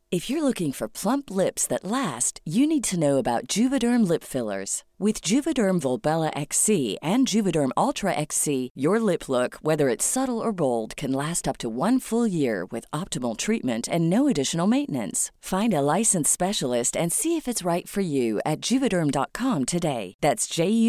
If you're looking for plump lips that last, you need to know about Juvederm lip fillers. With Juvederm Volbella XC and Juvederm Ultra XC, your lip look, whether it's subtle or bold, can last up to 1 full year with optimal treatment and no additional maintenance. Find a licensed specialist and see if it's right for you at Juvederm.com today. That's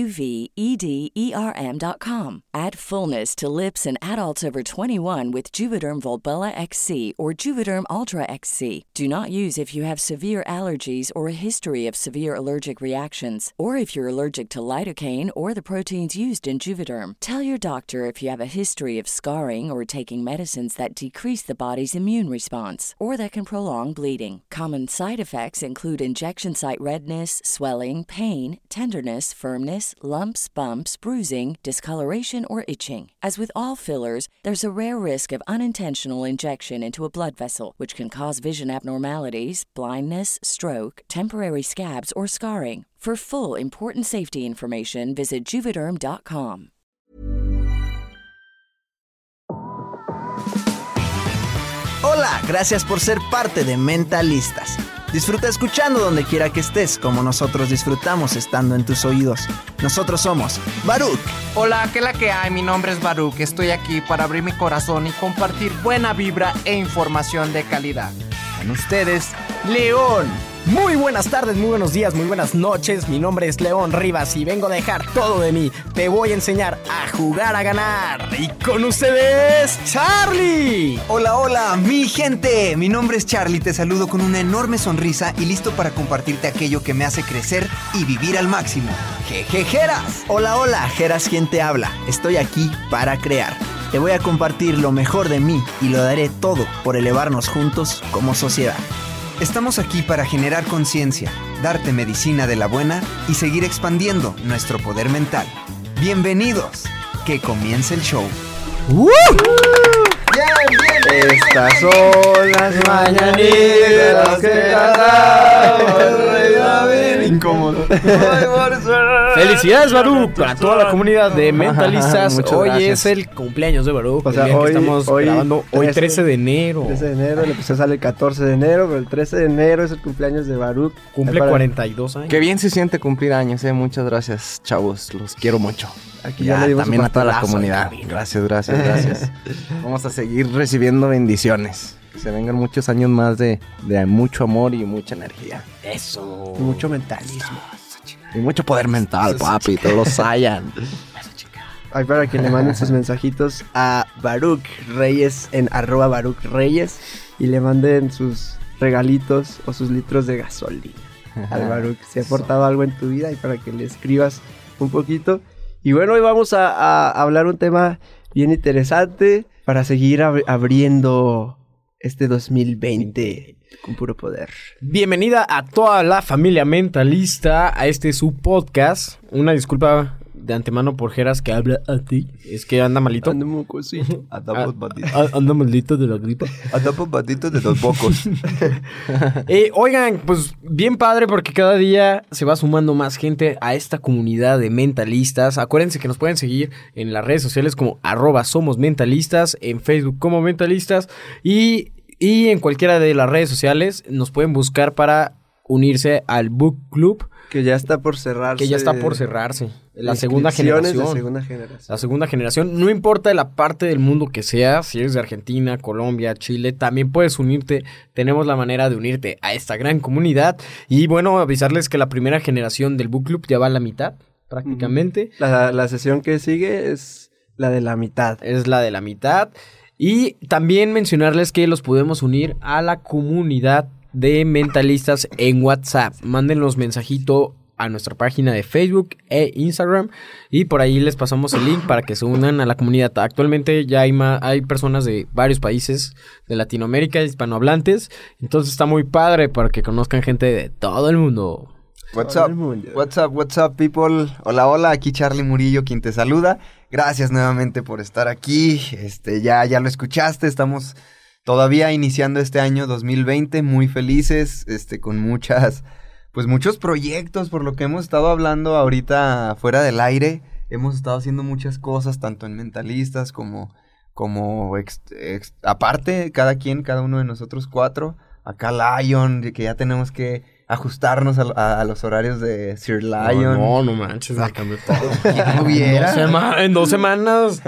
JUVEDERM.com. Add fullness to lips in adults over 21 with Juvederm Volbella XC or Juvederm Ultra XC. Do not use if you have severe allergies or a history of severe allergic reactions, or if you're allergic to lidocaine or the proteins used in Juvederm. Tell your doctor if you have a history of scarring or taking medicines that decrease the body's immune response or that can prolong bleeding. Common side effects include injection site redness, swelling, pain, tenderness, firmness, lumps, bumps, bruising, discoloration, or itching. As with all fillers, there's a rare risk of unintentional injection into a blood vessel, which can cause vision abnormalities, blindness, stroke, temporary scabs, or scarring. For full, important safety information, visit Juvederm.com. Hola, gracias por ser parte de Mentalistas. Disfruta escuchando donde quiera que estés, como nosotros disfrutamos estando en tus oídos. Nosotros somos Baruch. Hola, ¿qué la que hay? Mi nombre es Baruch. Estoy aquí para abrir mi corazón y compartir buena vibra e información de calidad. Con ustedes, León. Muy buenas tardes, muy buenos días, muy buenas noches. Mi nombre es León Rivas y vengo a dejar todo de mí. Te voy a enseñar a jugar a ganar. Y con ustedes, Charlie. Hola, hola, mi gente. Mi nombre es Charlie, te saludo con una enorme sonrisa y listo para compartirte aquello que me hace crecer y vivir al máximo. Jeje, Jeras. Hola, hola, Jeras, ¿quién te habla? Estoy aquí para crear. Te voy a compartir lo mejor de mí y lo daré todo por elevarnos juntos como sociedad. Estamos aquí para generar conciencia, darte medicina de la buena y seguir expandiendo nuestro poder mental. Bienvenidos, que comience el show. Estas son las mañanitas que cantamos el rey David. Incómodo. Felicidades, Baruch, para toda la comunidad de Mentalistas. Hoy gracias. Es el cumpleaños de Baruch. O sea, Bien, hoy estamos grabando hoy 13 de enero. 13 de enero, el episodio sale el 14 de enero, pero el 13 de enero es el cumpleaños de Baruch. Cumple 42 años. Qué bien se siente cumplir años, Muchas gracias, chavos. Los quiero mucho. Aquí ya le dimos también un a toda la pastelazo, comunidad. Gracias. Vamos a seguir recibiendo bendiciones. Que se vengan muchos años más de mucho amor y mucha energía. Eso. Y mucho mentalismo. Y mucho poder mental, papi. Todos los hayan. Ay, para que le manden sus mensajitos a Baruch Reyes en @BaruchReyes y le manden sus regalitos o sus litros de gasolina al Baruch. Si ha aportado algo en tu vida y para que le escribas un poquito. Y bueno, hoy vamos a hablar un tema bien interesante para seguir abriendo este 2020 con puro poder. Bienvenida a toda la familia mentalista a este su podcast. Una disculpa de antemano por Jeras que habla a ti. Es que anda malito. Anda mocosito. Andamos batitos. Anda malito de la gripa. Andamos batitos de los bocos. Oigan, pues bien padre porque cada día se va sumando más gente a esta comunidad de mentalistas. Acuérdense que nos pueden seguir en las redes sociales como @somosmentalistas, en Facebook como mentalistas y en cualquiera de las redes sociales nos pueden buscar para unirse al Book Club. Que ya está por cerrarse. La segunda generación. La segunda generación. No importa la parte del mundo que sea, si eres de Argentina, Colombia, Chile, también puedes unirte. Tenemos la manera de unirte a esta gran comunidad. Y bueno, avisarles que la primera generación del Book Club ya va a la mitad, prácticamente. La sesión que sigue es la de la mitad. Es la de la mitad. Y también mencionarles que los podemos unir a la comunidad de mentalistas en WhatsApp. Mándenos mensajito a nuestra página de Facebook e Instagram y por ahí les pasamos el link para que se unan a la comunidad. Actualmente ya hay personas de varios países de Latinoamérica, hispanohablantes, entonces está muy padre para que conozcan gente de todo el mundo. What's up, people? Hola, aquí Charlie Murillo, quien te saluda. Gracias nuevamente por estar aquí. Ya lo escuchaste, estamos todavía iniciando este año 2020, muy felices, con muchos proyectos, por lo que hemos estado hablando ahorita fuera del aire. Hemos estado haciendo muchas cosas, tanto en Mentalistas como aparte, cada uno de nosotros 4, acá Lion, de que ya tenemos que ajustarnos a los horarios de Sir Lion. No manches, me cambió todo. ¿Quién lo viera? En 2 semanas.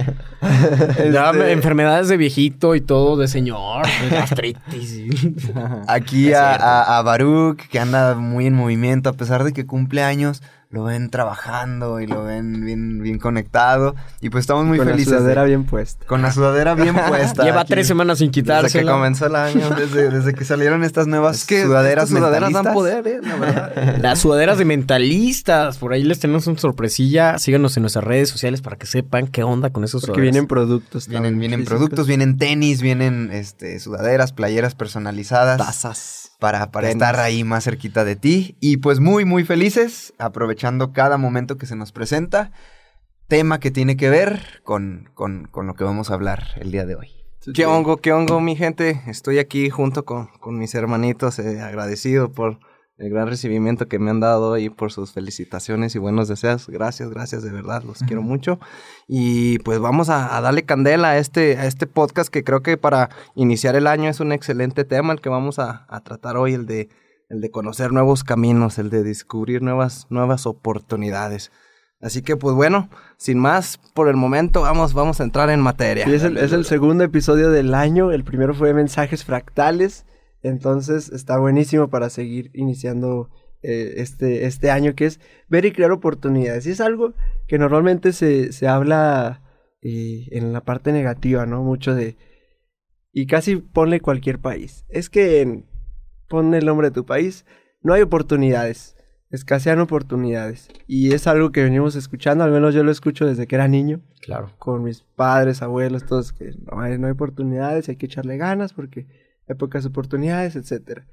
Ya, enfermedades de viejito y todo, de señor, de gastritis. Aquí a Baruch, que anda muy en movimiento, a pesar de que cumple años, lo ven trabajando y lo ven bien conectado. Y pues estamos muy felices. Con la sudadera bien puesta. Con la sudadera bien puesta. Lleva aquí. 3 semanas sin quitársela. Desde que comenzó el año, desde que salieron estas nuevas sudaderas mentalistas. Dan poder, la verdad. Las sudaderas de mentalistas. Por ahí les tenemos una sorpresilla. Síganos en nuestras redes sociales para que sepan qué onda con esos Porque sudaderas. vienen productos. Vienen físicos. productos, vienen tenis, vienen sudaderas, playeras personalizadas. Tazas. Para estar ahí más cerquita de ti. Y pues muy, muy felices, aprovechando cada momento que se nos presenta. Tema que tiene que ver con lo que vamos a hablar el día de hoy. ¿Qué hongo, mi gente? Estoy aquí junto con mis hermanitos, agradecido por el gran recibimiento que me han dado y por sus felicitaciones y buenos deseos. Gracias, de verdad, los quiero mucho. Y pues vamos a darle candela a este podcast, que creo que para iniciar el año es un excelente tema el que vamos a tratar hoy, el de conocer nuevos caminos, el de descubrir nuevas oportunidades. Así que pues bueno, sin más por el momento, vamos a entrar en materia. Y es el segundo episodio del año. El primero fue Mensajes Fractales. Entonces está buenísimo para seguir iniciando este año, que es ver y crear oportunidades. Y es algo que normalmente se habla en la parte negativa, ¿no? Mucho de... Y casi ponle cualquier país. Es que ponle el nombre de tu país, no hay oportunidades. Escasean oportunidades. Y es algo que venimos escuchando, al menos yo lo escucho desde que era niño. Claro. Con mis padres, abuelos, todos, que no hay oportunidades, hay que echarle ganas porque hay pocas oportunidades, etcétera.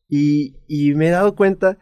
Y me he dado cuenta,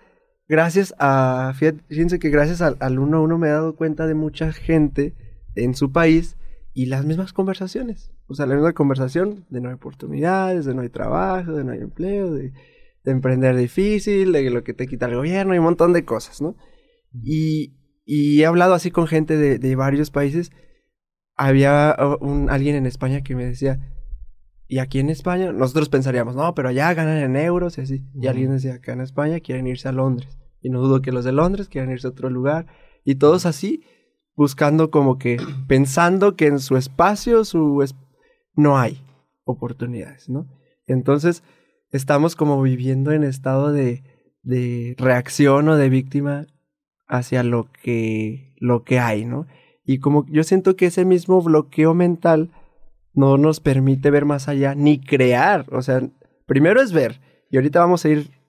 fíjense que gracias al 1 a 1 me he dado cuenta de mucha gente en su país y las mismas conversaciones. O sea, la misma conversación de no hay oportunidades, de no hay trabajo, de no hay empleo, de emprender difícil, de lo que te quita el gobierno y un montón de cosas, ¿no? Y he hablado así con gente de varios países. Había alguien en España que me decía, y aquí en España, nosotros pensaríamos, no, pero allá ganan en euros y así. Y alguien decía, acá en España quieren irse a Londres. Y no dudo que los de Londres quieran irse a otro lugar. Y todos así, buscando como que, pensando que en su espacio, no hay oportunidades, ¿no? Entonces, estamos como viviendo en estado de reacción o de víctima hacia lo que hay, ¿no? Y como yo siento que ese mismo bloqueo mental no nos permite ver más allá ni crear. O sea, primero es ver, y ahorita vamos a ir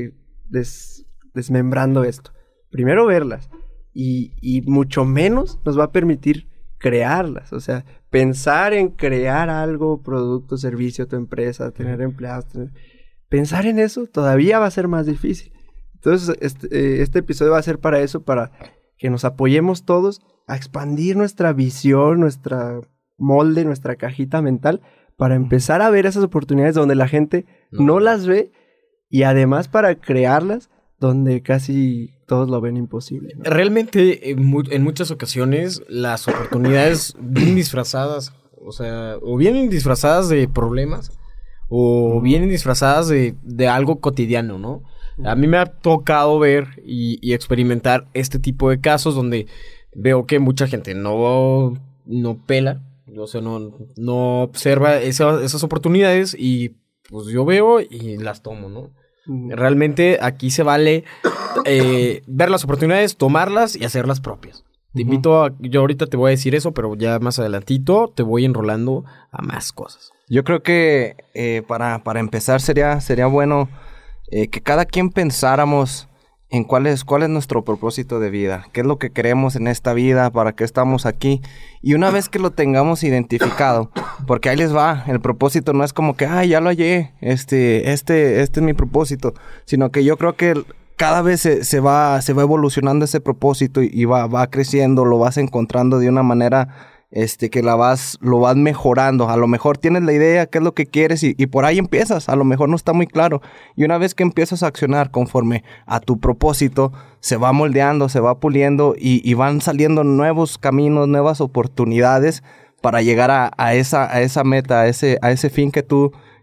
desmembrando esto. Primero verlas, y mucho menos nos va a permitir crearlas. O sea, pensar en crear algo, producto, servicio, tu empresa, tener empleados, pensar en eso todavía va a ser más difícil. Entonces, este episodio va a ser para eso, para que nos apoyemos todos a expandir nuestra visión, nuestra molde, nuestra cajita mental, para empezar a ver esas oportunidades donde la gente no las ve, y además para crearlas donde casi todos lo ven imposible, ¿no? Realmente, en muchas ocasiones, las oportunidades vienen disfrazadas, o sea, o vienen disfrazadas de problemas, o vienen disfrazadas de algo cotidiano, ¿no? A mí me ha tocado ver y experimentar este tipo de casos donde veo que mucha gente no pela, o sea, no observa esas oportunidades, y pues yo veo y las tomo, ¿no? Realmente aquí se vale ver las oportunidades, tomarlas y hacerlas propias. Te invito yo ahorita te voy a decir eso, pero ya más adelantito te voy enrolando a más cosas. Yo creo que para empezar sería bueno que cada quien pensáramos en cuál es nuestro propósito de vida, qué es lo que queremos en esta vida, para qué estamos aquí. Y una vez que lo tengamos identificado, porque ahí les va, el propósito no es como que, ya lo hallé, este es mi propósito, sino que yo creo que cada vez se va evolucionando ese propósito y va creciendo, lo vas encontrando de una manera que lo vas mejorando. A lo mejor tienes la idea, qué es lo que quieres y por ahí empiezas. A lo mejor no está muy claro. Y una vez que empiezas a accionar conforme a tu propósito, se va moldeando, se va puliendo y van saliendo nuevos caminos, nuevas oportunidades para llegar a esa meta, a ese fin que tú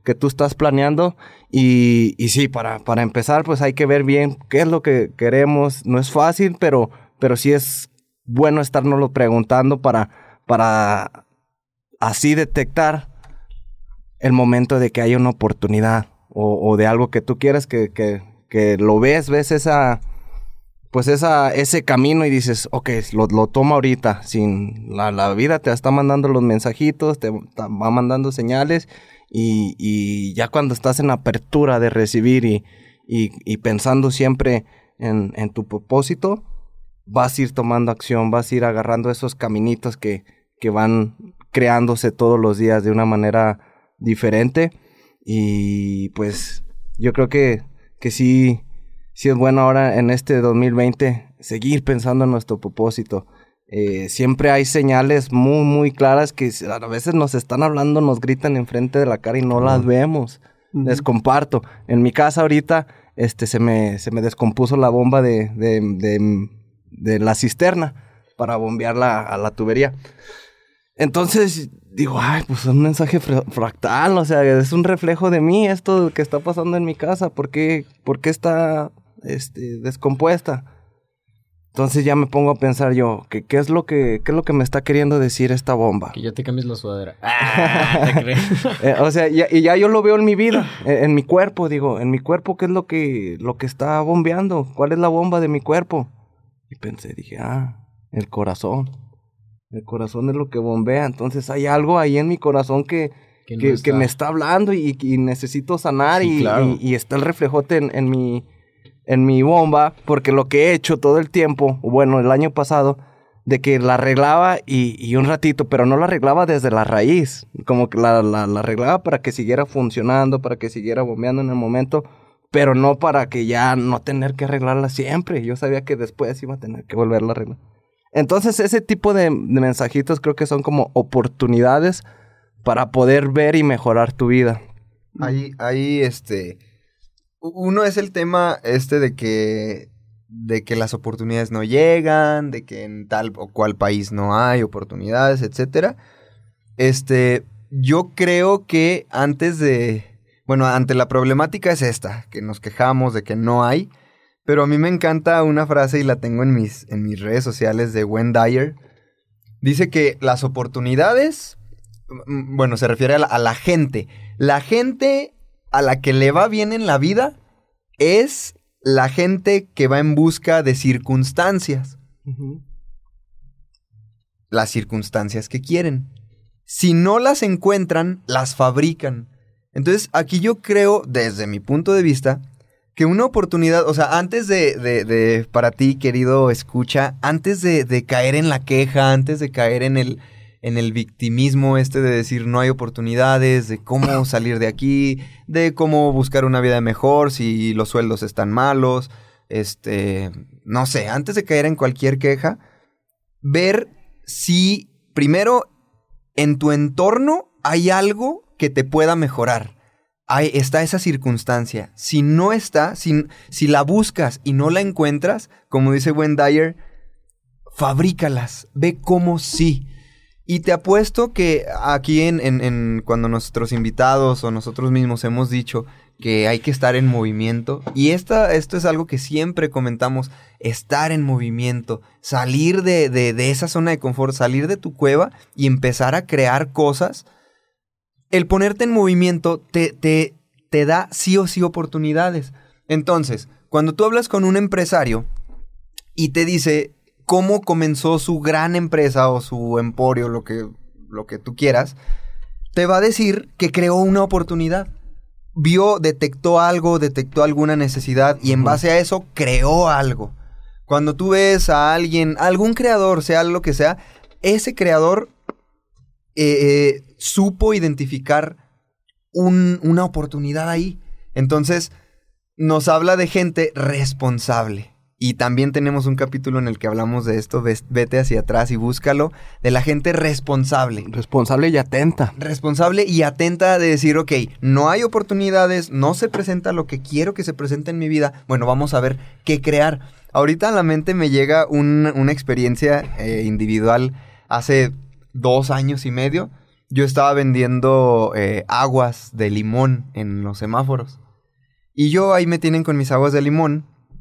tú estás planeando. Y sí, para empezar, pues hay que ver bien qué es lo que queremos. No es fácil, pero sí es bueno estárnoslo preguntando para así detectar el momento de que haya una oportunidad o de algo que tú quieras que lo ves ese camino y dices, ok, lo tomo ahorita. La vida te está mandando los mensajitos, te va mandando señales y ya cuando estás en apertura de recibir y pensando siempre en tu propósito, vas a ir tomando acción, vas a ir agarrando esos caminitos que van creándose todos los días de una manera diferente. Y pues yo creo que sí es bueno ahora en este 2020 seguir pensando en nuestro propósito. Siempre hay señales muy, muy claras que a veces nos están hablando, nos gritan enfrente de la cara y no las vemos. Les comparto. En mi casa ahorita se me descompuso la bomba de la cisterna para bombearla a la tubería. Entonces digo, ay, pues es un mensaje fractal, o sea, es un reflejo de mí esto que está pasando en mi casa. ¿Por qué está descompuesta? Entonces ya me pongo a pensar yo, ¿qué es lo que me está queriendo decir esta bomba? Que ya te cambies la sudadera. ¿Te crees? O sea, ya yo lo veo en mi vida, en mi cuerpo, digo, en mi cuerpo, ¿qué es lo que está bombeando? ¿Cuál es la bomba de mi cuerpo? Y pensé, dije, el corazón. El corazón es lo que bombea. Entonces hay algo ahí en mi corazón que me está hablando y necesito sanar. Sí, claro. y está el reflejote en mi bomba, porque lo que he hecho todo el tiempo, bueno, el año pasado, de que la arreglaba y un ratito, pero no la arreglaba desde la raíz, como que la arreglaba para que siguiera funcionando, para que siguiera bombeando en el momento, pero no para que ya no tener que arreglarla siempre. Yo sabía que después iba a tener que volverla a arreglar. Entonces ese tipo de mensajitos creo que son como oportunidades para poder ver y mejorar tu vida. Ahí uno es el tema de que las oportunidades no llegan, de que en tal o cual país no hay oportunidades, etcétera. Yo creo que ante la problemática es esta, que nos quejamos de que no hay, pero a mí me encanta una frase y la tengo en mis redes sociales de Wayne Dyer. Dice que las oportunidades, se refiere a la gente. La gente a la que le va bien en la vida es la gente que va en busca de circunstancias. Uh-huh. Las circunstancias que quieren. Si no las encuentran, las fabrican. Entonces, aquí yo creo, desde mi punto de vista, que una oportunidad, o sea, antes de para ti, querido escucha, antes de caer en la queja, antes de caer en el victimismo de decir no hay oportunidades, de cómo salir de aquí, de cómo buscar una vida mejor si los sueldos están malos, no sé, antes de caer en cualquier queja, ver si primero en tu entorno hay algo que te pueda mejorar. Ahí está esa circunstancia. Si no está, si la buscas y no la encuentras, como dice Wayne Dyer, fabrícalas, ve cómo sí. Y te apuesto que aquí cuando nuestros invitados o nosotros mismos hemos dicho que hay que estar en movimiento, y esto es algo que siempre comentamos, estar en movimiento, salir de esa zona de confort, salir de tu cueva y empezar a crear cosas. El ponerte en movimiento te da sí o sí oportunidades. Entonces, cuando tú hablas con un empresario y te dice cómo comenzó su gran empresa o su emporio, lo que tú quieras, te va a decir que creó una oportunidad. Detectó algo, detectó alguna necesidad y en base a eso creó algo. Cuando tú ves a alguien, algún creador, sea lo que sea, ese creador supo identificar una oportunidad ahí. Entonces, nos habla de gente responsable. Y también tenemos un capítulo en el que hablamos de esto, vete hacia atrás y búscalo, de la gente responsable. Responsable y atenta. Responsable y atenta de decir, ok, no hay oportunidades, no se presenta lo que quiero que se presente en mi vida. Bueno, vamos a ver qué crear. Ahorita a la mente me llega una experiencia individual hace 2 años y medio. yo estaba vendiendo aguas de limón en los semáforos. Y yo ahí me tienen con mis aguas de limón.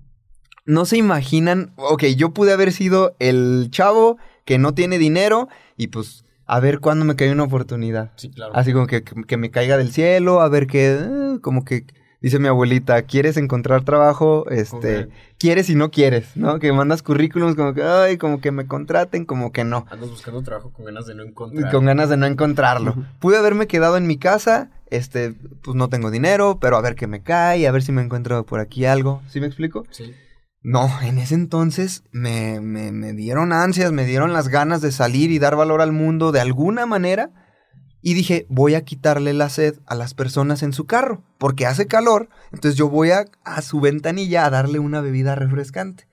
No se imaginan, ok, yo pude haber sido el chavo que no tiene dinero y pues a ver cuándo me cae una oportunidad. Sí, claro. Así como que me caiga del cielo, a ver qué, como que dice mi abuelita, ¿quieres encontrar trabajo? Okay. ¿Quieres y no quieres? ¿No? Que mandas currículums como que, ay, como que me contraten, como que no. Andas buscando trabajo con ganas de no encontrar. Con ganas de no encontrarlo. Pude haberme quedado en mi casa, pues no tengo dinero, pero a ver qué me cae, a ver si me encuentro por aquí algo. ¿Sí me explico? Sí. No, en ese entonces me dieron ansias, me dieron las ganas de salir y dar valor al mundo de alguna manera. Y dije, voy a quitarle la sed a las personas en su carro, porque hace calor, entonces yo voy a su ventanilla a darle una bebida refrescante.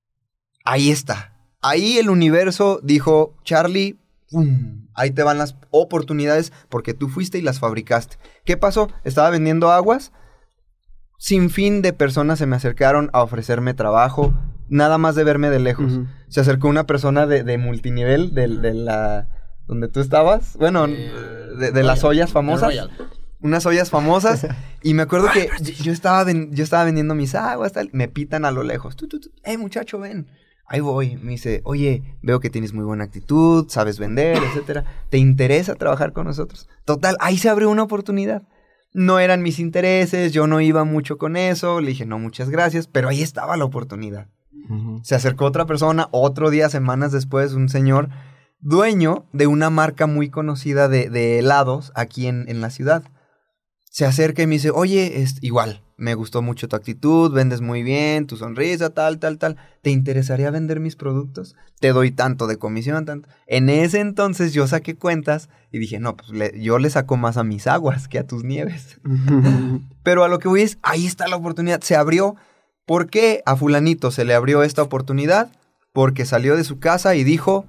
Ahí está. Ahí el universo dijo, Charlie, ¡pum! Ahí te van las oportunidades porque tú fuiste y las fabricaste. ¿Qué pasó? Estaba vendiendo aguas. Sin fin de personas se me acercaron a ofrecerme trabajo, nada más de verme de lejos. Uh-huh. Se acercó una persona de multinivel, de la... donde tú estabas, bueno, de las ollas famosas. Unas ollas famosas. Y me acuerdo que yo estaba vendiendo mis aguas, tal, me pitan a lo lejos. Muchacho, ven. Ahí voy. Me dice, oye, veo que tienes muy buena actitud, sabes vender, etcétera. ¿Te interesa trabajar con nosotros? Total, ahí se abrió una oportunidad. No eran mis intereses, yo no iba mucho con eso. Le dije, no, muchas gracias, pero ahí estaba la oportunidad. Uh-huh. Se acercó otra persona, otro día, semanas después, un señor dueño de una marca muy conocida de helados aquí en la ciudad. Se acerca y me dice, oye, igual, me gustó mucho tu actitud, vendes muy bien, tu sonrisa, tal. ¿Te interesaría vender mis productos? Te doy tanto de comisión, tanto. En ese entonces yo saqué cuentas y dije, no, pues yo le saco más a mis aguas que a tus nieves. Pero a lo que voy es, ahí está la oportunidad, se abrió. ¿Por qué a fulanito se le abrió esta oportunidad? Porque salió de su casa y dijo,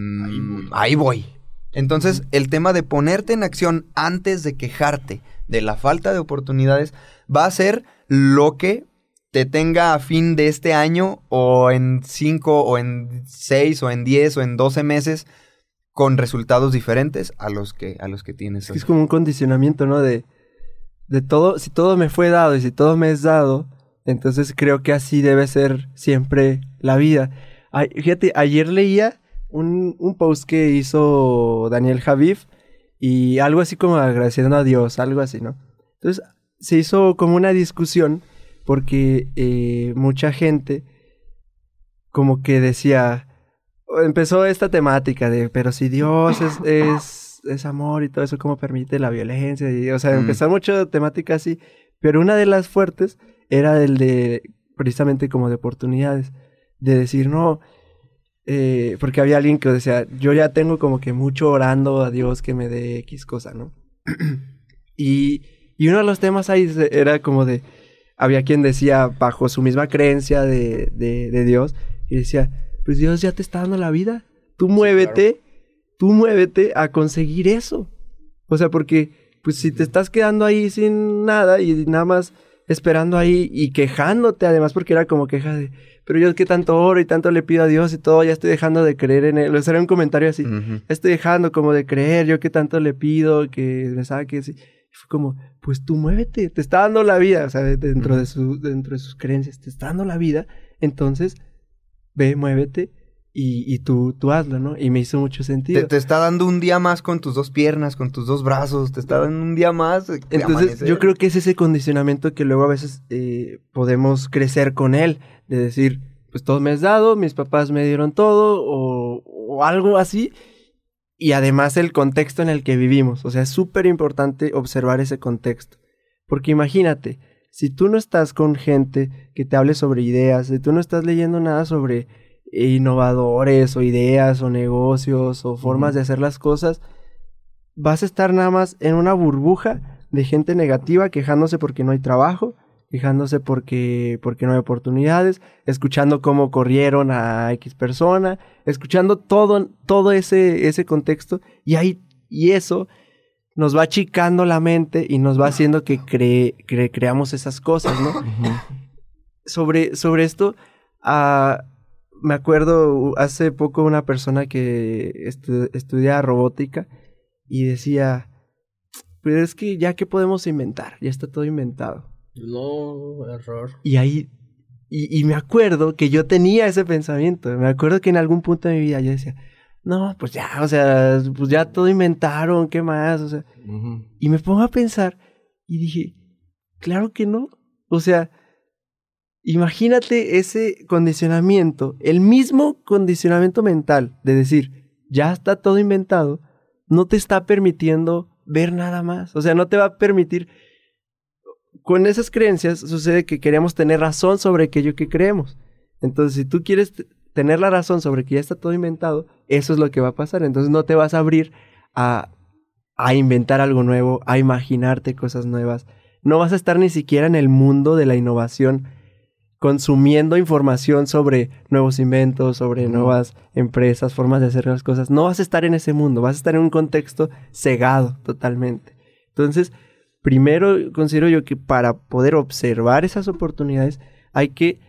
ahí voy. Entonces, el tema de ponerte en acción antes de quejarte de la falta de oportunidades va a ser lo que te tenga a fin de este año o en 5 o en 6 o en 10 o en 12 meses con resultados diferentes a los que tienes hoy. Es como un condicionamiento, ¿no? De todo, si todo me fue dado y si todo me es dado, entonces creo que así debe ser siempre la vida. Fíjate, ayer leía un post que hizo Daniel Javif y algo así como agradeciendo a Dios, algo así, ¿no? Entonces se hizo como una discusión porque mucha gente como que decía, empezó esta temática de, pero si Dios es amor y todo eso, ¿cómo permite la violencia? Y, o sea, empezó mucho temática así, pero una de las fuertes era el de, precisamente como de oportunidades, de decir, no, porque había alguien que decía, yo ya tengo como que mucho orando a Dios que me dé X cosa, ¿no? y uno de los temas ahí era como de, había quien decía, bajo su misma creencia de Dios, y decía, pues Dios ya te está dando la vida, tú muévete a conseguir eso. O sea, porque pues si te estás quedando ahí sin nada y nada más esperando ahí y quejándote además, porque era como queja de, pero yo que tanto oro y tanto le pido a Dios y todo, ya estoy dejando de creer en él. O sea, era un comentario así, estoy dejando como de creer, yo que tanto le pido, que me saque así. Y fue como, pues tú muévete, te está dando la vida, o sea, dentro de sus creencias, te está dando la vida, entonces ve, muévete y tú hazlo, ¿no? Y me hizo mucho sentido. Te está dando un día más con tus 2 piernas, con tus 2 brazos, te está dando un día más de Entonces, amanecer. yo creo que es ese condicionamiento que luego a veces podemos crecer con él, de decir, pues todo me has dado, mis papás me dieron todo, o algo así, y además el contexto en el que vivimos. O sea, es súper importante observar ese contexto. Porque imagínate, si tú no estás con gente que te hable sobre ideas, si tú no estás leyendo nada sobre innovadores o ideas o negocios o formas de hacer las cosas, vas a estar nada más en una burbuja de gente negativa quejándose porque no hay trabajo, quejándose porque no hay oportunidades, escuchando cómo corrieron a X persona, escuchando todo ese contexto y eso nos va achicando la mente y nos va haciendo que creamos esas cosas, ¿no? Sobre esto, me acuerdo hace poco una persona que estudia robótica y decía, pero es que ya, ¿qué podemos inventar? Ya está todo inventado. No, error. Y ahí, y me acuerdo que yo tenía ese pensamiento. Me acuerdo que en algún punto de mi vida yo decía, no, pues ya, o sea, pues ya todo inventaron, ¿qué más? O sea, y me pongo a pensar y dije, claro que no. O sea, imagínate ese condicionamiento, el mismo condicionamiento mental de decir, ya está todo inventado, no te está permitiendo ver nada más. O sea, no te va a permitir. Con esas creencias sucede que queremos tener razón sobre aquello que creemos. Entonces, si tú quieres tener la razón sobre que ya está todo inventado, eso es lo que va a pasar. Entonces, no te vas a abrir a inventar algo nuevo, a imaginarte cosas nuevas. No vas a estar ni siquiera en el mundo de la innovación, consumiendo información sobre nuevos inventos, sobre nuevas empresas, formas de hacer las cosas. No vas a estar en ese mundo, vas a estar en un contexto cegado totalmente. Entonces, primero considero yo que para poder observar esas oportunidades hay que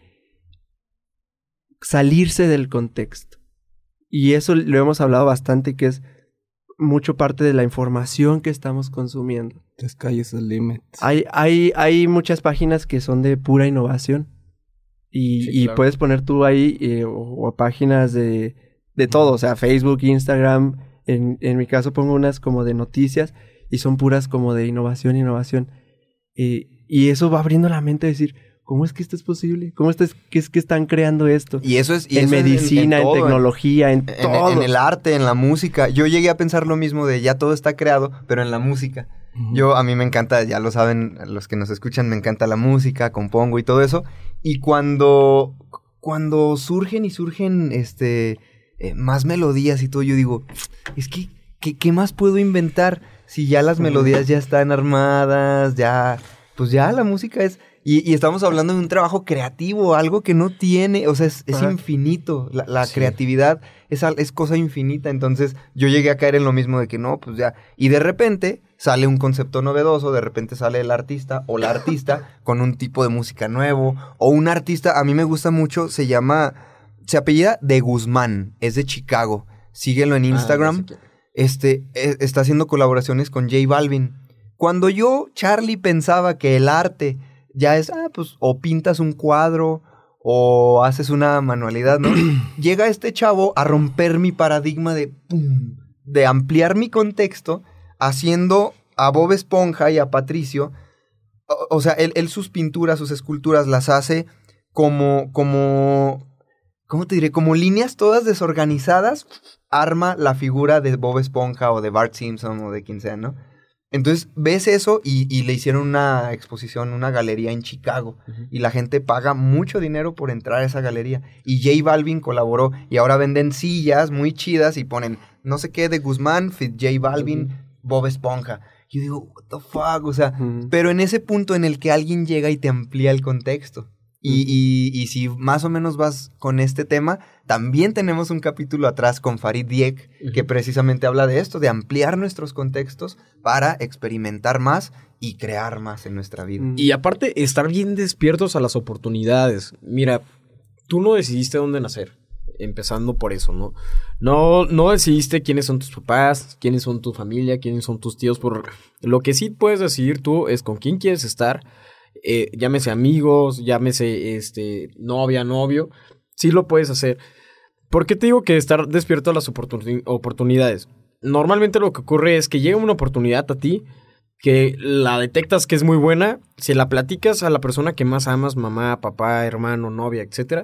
salirse del contexto. Y eso lo hemos hablado bastante, que es mucho parte de la información que estamos consumiendo. The sky is the limit. Hay muchas páginas que son de pura innovación. Y claro, puedes poner tú ahí o páginas de todo, o sea, Facebook, Instagram. En mi caso pongo unas como de noticias y son puras como de innovación. Y eso va abriendo la mente a decir, ¿cómo es que esto es posible? ¿Cómo es que están creando esto? Y eso es... en medicina, en tecnología, en todo. En el arte, en la música. Yo llegué a pensar lo mismo de ya todo está creado, pero en la música. A mí me encanta, ya lo saben los que nos escuchan, me encanta la música, compongo y todo eso. Y cuando surgen más melodías y todo, yo digo, es que, ¿qué más puedo inventar? Si ya las melodías ya están armadas, pues ya la música es... Y estamos hablando de un trabajo creativo, algo que no tiene, o sea, es infinito. La creatividad es cosa infinita. Entonces, yo llegué a caer en lo mismo de que no, pues ya. Y de repente sale un concepto novedoso, de repente sale el artista o la artista con un tipo de música nuevo. O un artista, a mí me gusta mucho, se apellida De Guzmán, es de Chicago. Síguelo en Instagram. Está haciendo colaboraciones con J Balvin. Cuando yo, Charlie, pensaba que el arte ya es, pues, o pintas un cuadro o haces una manualidad, ¿no? Llega este chavo a romper mi paradigma de ampliar mi contexto, haciendo a Bob Esponja y a Patricio, o sea, él sus pinturas, sus esculturas las hace como, ¿cómo te diré? Como líneas todas desorganizadas, arma la figura de Bob Esponja o de Bart Simpson o de quien sea, ¿no? Entonces, ves eso y le hicieron una exposición, una galería en Chicago. Y la gente paga mucho dinero por entrar a esa galería. Y J Balvin colaboró. Y ahora venden sillas muy chidas y ponen, no sé qué, de Guzmán, fit J Balvin, Bob Esponja. Y yo digo, what the fuck, o sea, pero en ese punto en el que alguien llega y te amplía el contexto. Y si más o menos vas con este tema, también tenemos un capítulo atrás con Farid Dieck, que precisamente habla de esto, de ampliar nuestros contextos para experimentar más y crear más en nuestra vida. Y aparte, estar bien despiertos a las oportunidades. Mira, tú no decidiste dónde nacer, empezando por eso, ¿no? No decidiste quiénes son tus papás, quiénes son tu familia, quiénes son tus tíos. Lo que sí puedes decidir tú es con quién quieres estar. Llámese amigos, llámese novia, novio, sí lo puedes hacer. ¿Por qué te digo que estar despierto a las oportunidades? Normalmente lo que ocurre es que llega una oportunidad a ti, que la detectas que es muy buena, se la platicas a la persona que más amas, mamá, papá, hermano, novia, etcétera,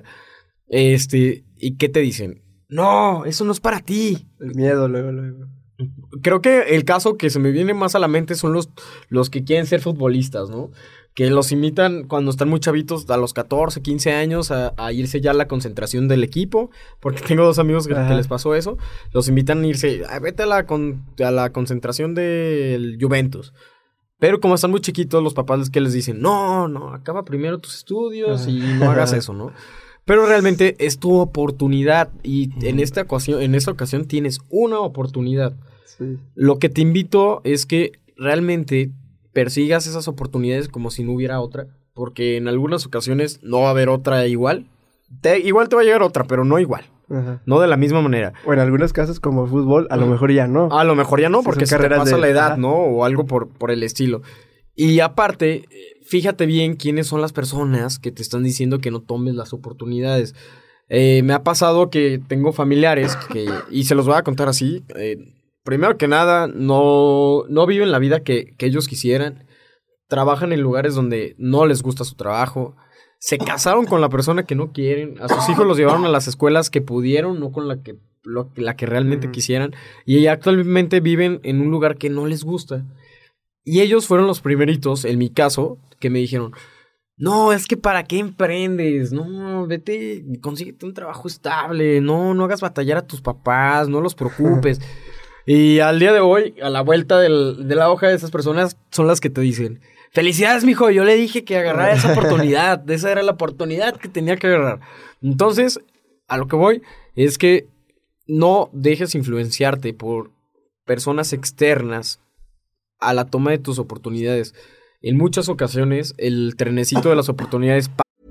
y ¿qué te dicen? No, eso no es para ti. El miedo, luego. Creo que el caso que se me viene más a la mente son los que quieren ser futbolistas, ¿no? Que los invitan cuando están muy chavitos, a los 14, 15 años, a irse ya a la concentración del equipo, porque tengo 2 amigos que les pasó eso. Los invitan a irse, vete a la concentración del Juventus. Pero como están muy chiquitos, los papás que les dicen, no, acaba primero tus estudios y no hagas eso, ¿no? Pero realmente es tu oportunidad y en esta ocasión tienes una oportunidad. Sí. Lo que te invito es que realmente persigas esas oportunidades como si no hubiera otra, porque en algunas ocasiones no va a haber otra igual. Igual te va a llegar otra, pero no igual. Ajá. No de la misma manera. O en algunos casos, como fútbol, a lo mejor ya no. A lo mejor ya no, Sí, porque son se te carreras pasa de- la edad, ajá. ¿no? O algo por el estilo. Y aparte, fíjate bien quiénes son las personas que te están diciendo que no tomes las oportunidades. Me ha pasado que tengo familiares y se los voy a contar así. Primero que nada, no viven la vida que ellos quisieran. Trabajan en lugares donde no les gusta su trabajo. Se casaron con la persona que no quieren. A sus hijos los llevaron a las escuelas que pudieron, no con la que realmente quisieran. Y actualmente viven en un lugar que no les gusta. Y ellos fueron los primeritos, en mi caso, que me dijeron... No, es que ¿para qué emprendes? No, vete, consíguete un trabajo estable. No hagas batallar a tus papás, no los preocupes. Y al día de hoy, a la vuelta de la hoja de esas personas, son las que te dicen... Felicidades, mijo, yo le dije que agarrara esa oportunidad. Esa era la oportunidad que tenía que agarrar. Entonces, a lo que voy es que no dejes influenciarte por personas externas a la toma de tus oportunidades. En muchas ocasiones, el trenecito de las oportunidades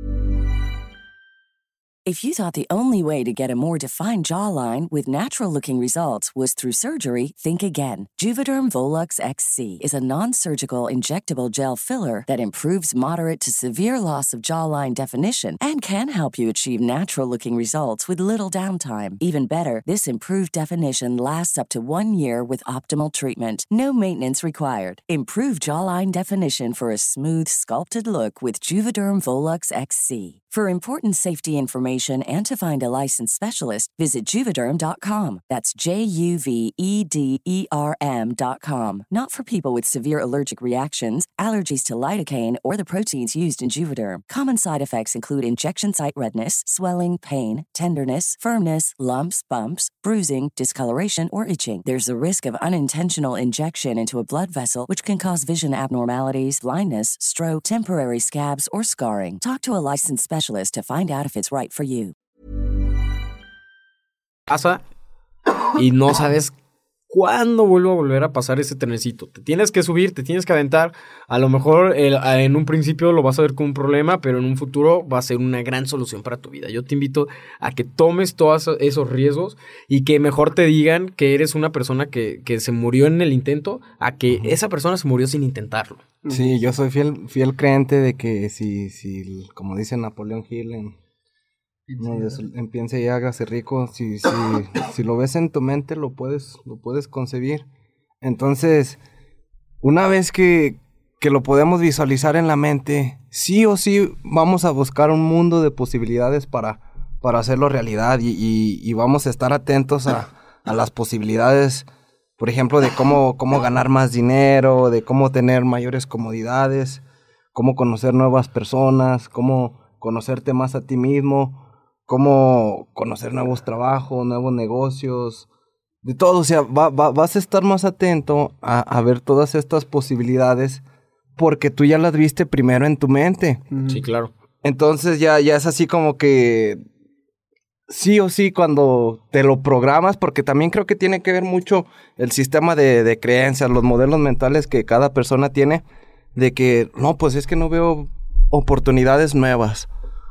If you thought the only way to get a more defined jawline with natural-looking results was through surgery, think again. Juvederm Volux XC is a non-surgical injectable gel filler that improves moderate to severe loss of jawline definition and can help you achieve natural-looking results with little downtime. Even better, this improved definition lasts up to 1 year with optimal treatment. No maintenance required. Improve jawline definition for a smooth, sculpted look with Juvederm Volux XC. For important safety information and to find a licensed specialist, visit Juvederm.com. That's JUVEDERM.com. Not for people with severe allergic reactions, allergies to lidocaine, or the proteins used in Juvederm. Common side effects include injection site redness, swelling, pain, tenderness, firmness, lumps, bumps, bruising, discoloration, or itching. There's a risk of unintentional injection into a blood vessel, which can cause vision abnormalities, blindness, stroke, temporary scabs, or scarring. Talk to a licensed specialist to find out if it's right for you. pasa y no sabes cuándo vuelve a volver a pasar ese trenecito. Te tienes que subir, te tienes que aventar. A lo mejor en un principio lo vas a ver como un problema, pero en un futuro va a ser una gran solución para tu vida. Yo te invito a que tomes todos esos riesgos y que mejor te digan que eres una persona que se murió en el intento a que esa persona se murió sin intentarlo. Sí, yo soy fiel creyente de que si como dice Napoleón Hill piense y hágase rico, si lo ves en tu mente lo puedes conseguir. Entonces, una vez que lo podemos visualizar en la mente, sí o sí vamos a buscar un mundo de posibilidades para hacerlo realidad y vamos a estar atentos a las posibilidades, por ejemplo, de cómo ganar más dinero, de cómo tener mayores comodidades, cómo conocer nuevas personas, cómo conocerte más a ti mismo, cómo conocer nuevos trabajos, nuevos negocios, de todo. O sea, vas a estar más atento a ver todas estas posibilidades porque tú ya las viste primero en tu mente. Sí, claro. Entonces ya es así como que sí o sí cuando te lo programas, porque también creo que tiene que ver mucho el sistema de creencias, los modelos mentales que cada persona tiene, de que no, pues es que no veo oportunidades nuevas.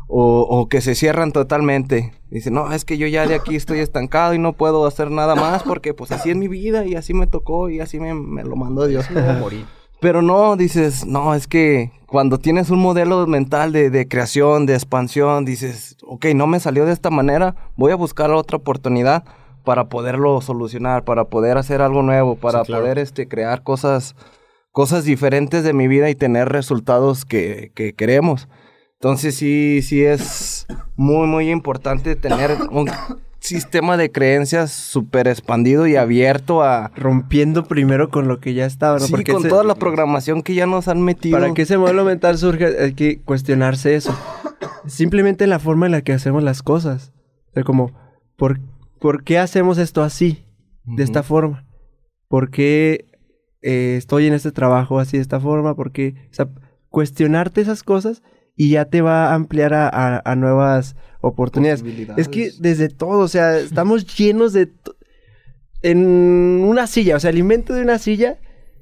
O que se cierran totalmente. Dice, no, es que yo ya de aquí estoy estancado y no puedo hacer nada más porque pues así es mi vida y así me tocó y así me lo mandó Dios. Me voy a morir. Pero no, dices, no, es que cuando tienes un modelo mental de creación, de expansión, dices, ok, no me salió de esta manera, voy a buscar otra oportunidad para poderlo solucionar, para poder hacer algo nuevo, para Sí, claro. poder crear cosas diferentes de mi vida y tener resultados que queremos. Entonces sí es muy, muy importante tener un sistema de creencias súper expandido y abierto a... Rompiendo primero con lo que ya estaba, ¿no? Sí, Porque con toda la programación que ya nos han metido. para que ese modelo mental surja hay que cuestionarse eso. Simplemente en la forma en la que hacemos las cosas. O sea, como, ¿por qué hacemos esto así? De esta forma. ¿Por qué estoy en este trabajo así de esta forma? ¿Por qué? O sea, cuestionarte esas cosas y ya te va a ampliar a nuevas oportunidades. Es que desde todo, o sea, estamos llenos de... En una silla, o sea, el invento de una silla...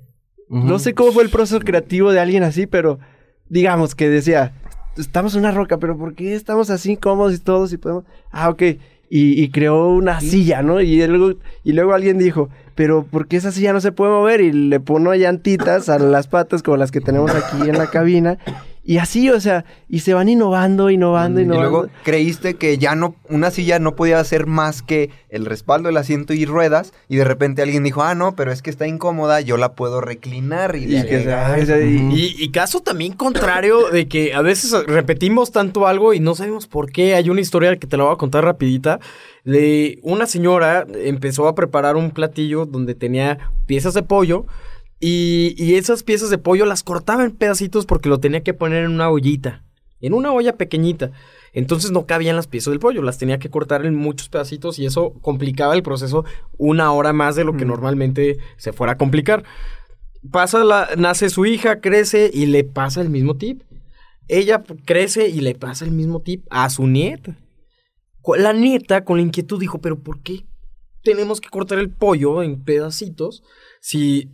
No sé cómo fue el proceso creativo de alguien así, pero... Digamos que decía... Estamos en una roca, pero ¿por qué estamos así cómodos y todos y podemos...? Ah, ok. y creó una silla, ¿no? Y luego alguien dijo, pero ¿por qué esa silla no se puede mover? Y le pone llantitas a las patas como las que tenemos aquí en la cabina. Y así, o sea, y se van innovando. Y luego creíste que ya no, una silla no podía hacer más que el respaldo del asiento y ruedas, y de repente alguien dijo, no, pero es que está incómoda, yo la puedo reclinar y caso también contrario de que a veces repetimos tanto algo y no sabemos por qué. Hay una historia que te la voy a contar rapidita, de una señora empezó a preparar un platillo donde tenía piezas de pollo. Y esas piezas de pollo las cortaba en pedacitos porque lo tenía que poner en una ollita. En una olla pequeñita. Entonces no cabían las piezas del pollo. Las tenía que cortar en muchos pedacitos y eso complicaba el proceso 1 hora más de lo que normalmente se fuera a complicar. Nace su hija, crece y le pasa el mismo tip. Ella crece y le pasa el mismo tip a su nieta. La nieta con la inquietud dijo, ¿pero por qué tenemos que cortar el pollo en pedacitos si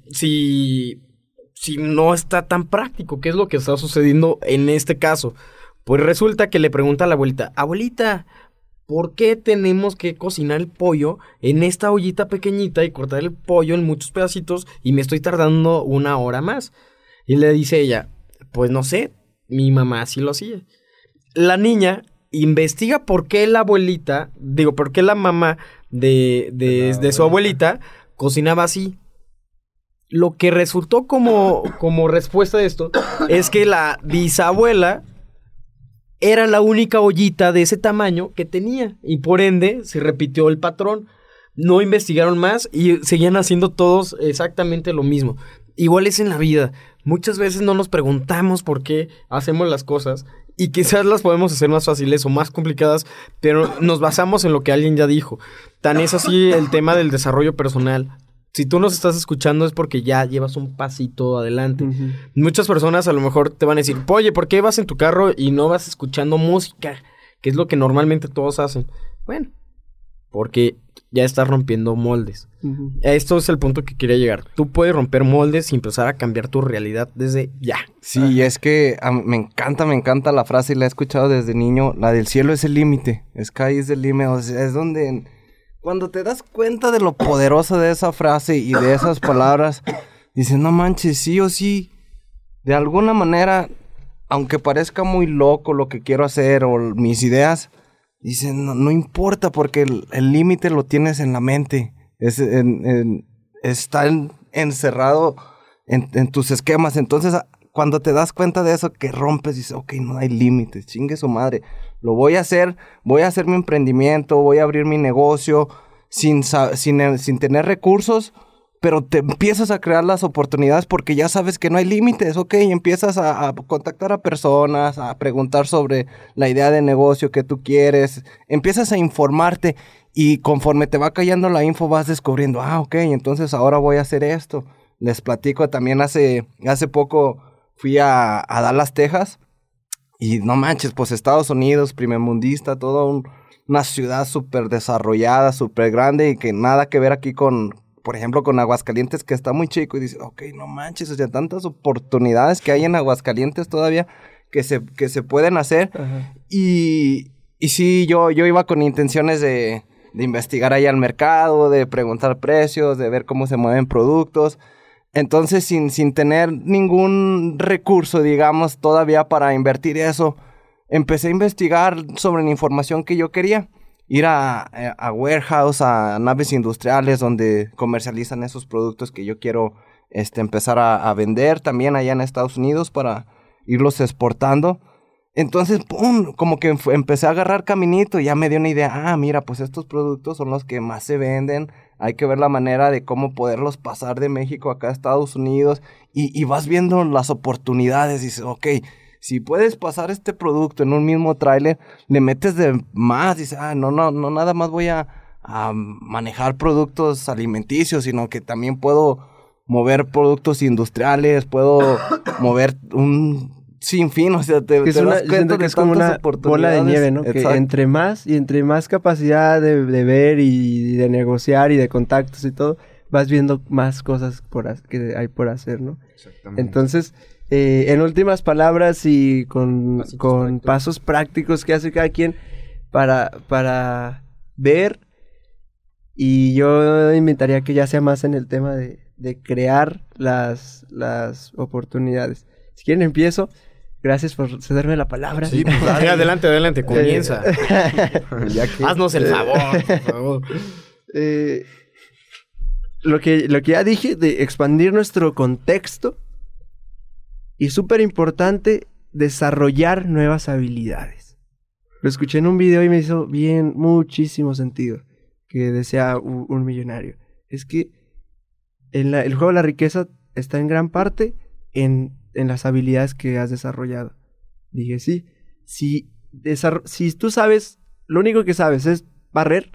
no está tan práctico? ¿Qué es lo que está sucediendo en este caso? Pues resulta que le pregunta a la abuelita, abuelita, ¿por qué tenemos que cocinar el pollo en esta ollita pequeñita y cortar el pollo en muchos pedacitos y me estoy tardando 1 hora más? Y le dice ella, pues no sé, mi mamá así lo hacía. La niña investiga por qué la mamá de su abuelita cocinaba así. Lo que resultó como respuesta de esto es que la bisabuela era la única ollita de ese tamaño que tenía y por ende se repitió el patrón. No investigaron más y seguían haciendo todos exactamente lo mismo. Igual es en la vida. Muchas veces no nos preguntamos por qué hacemos las cosas y quizás las podemos hacer más fáciles o más complicadas, pero nos basamos en lo que alguien ya dijo. Tan es así el tema del desarrollo personal. Si tú nos estás escuchando es porque ya llevas un pasito adelante. Uh-huh. Muchas personas a lo mejor te van a decir, oye, ¿por qué vas en tu carro y no vas escuchando música? Que es lo que normalmente todos hacen. Bueno, porque ya estás rompiendo moldes. Uh-huh. Esto es el punto que quería llegar. Tú puedes romper moldes y empezar a cambiar tu realidad desde ya. Sí, y es que me encanta la frase y la he escuchado desde niño. La del cielo es el límite. Sky is the limit. O sea, es donde... Cuando te das cuenta de lo poderoso de esa frase y de esas palabras, dices, no manches, sí o sí, de alguna manera, aunque parezca muy loco lo que quiero hacer o mis ideas, dices, no importa porque el límite lo tienes en la mente, está encerrado en tus esquemas. Entonces, cuando te das cuenta de eso, que rompes, dices, ok, no hay límites, chingue su madre. Lo voy a hacer mi emprendimiento, voy a abrir mi negocio sin tener recursos, pero te empiezas a crear las oportunidades porque ya sabes que no hay límites, ok, empiezas a contactar a personas, a preguntar sobre la idea de negocio que tú quieres, empiezas a informarte y conforme te va cayendo la info vas descubriendo, ok, entonces ahora voy a hacer esto. Les platico también hace poco fui a Dallas, Texas. Y no manches, pues Estados Unidos, primermundista, toda una ciudad súper desarrollada, súper grande y que nada que ver aquí con, por ejemplo, con Aguascalientes, que está muy chico. Y dices, ok, no manches, o sea, tantas oportunidades que hay en Aguascalientes todavía que se pueden hacer. Uh-huh. Y sí, yo iba con intenciones de investigar ahí al mercado, de preguntar precios, de ver cómo se mueven productos. Entonces, sin tener ningún recurso, digamos, todavía para invertir eso, empecé a investigar sobre la información que yo quería. Ir a warehouse, a naves industriales donde comercializan esos productos que yo quiero empezar a vender también allá en Estados Unidos para irlos exportando. Entonces, ¡pum!, como que empecé a agarrar caminito y ya me dio una idea. Mira, pues estos productos son los que más se venden. Hay que ver la manera de cómo poderlos pasar de México acá a Estados Unidos. Y vas viendo las oportunidades. Y dices, ok, si puedes pasar este producto en un mismo tráiler, le metes de más. Dices, no nada más voy a manejar productos alimenticios, sino que también puedo mover productos industriales, puedo mover un sin fin, o sea, te das cuenta que es como una bola de nieve, ¿no? Exacto. Que entre más capacidad de ver y de negociar y de contactos y todo, vas viendo más cosas que hay por hacer, ¿no? Exactamente. Entonces, en últimas palabras y con pasos prácticos que hace cada quien para ver, y yo invitaría que ya sea más en el tema de crear las oportunidades. Si quieren empiezo. Gracias por cederme la palabra. Sí, pues, adelante, comienza. Haznos el favor, por favor. Lo que ya dije de expandir nuestro contexto, y súper importante, desarrollar nuevas habilidades. Lo escuché en un video y me hizo muchísimo sentido, que decía un millonario. Es que el juego de la riqueza está en gran parte en las habilidades que has desarrollado. Dije, sí. Si tú sabes, lo único que sabes es barrer,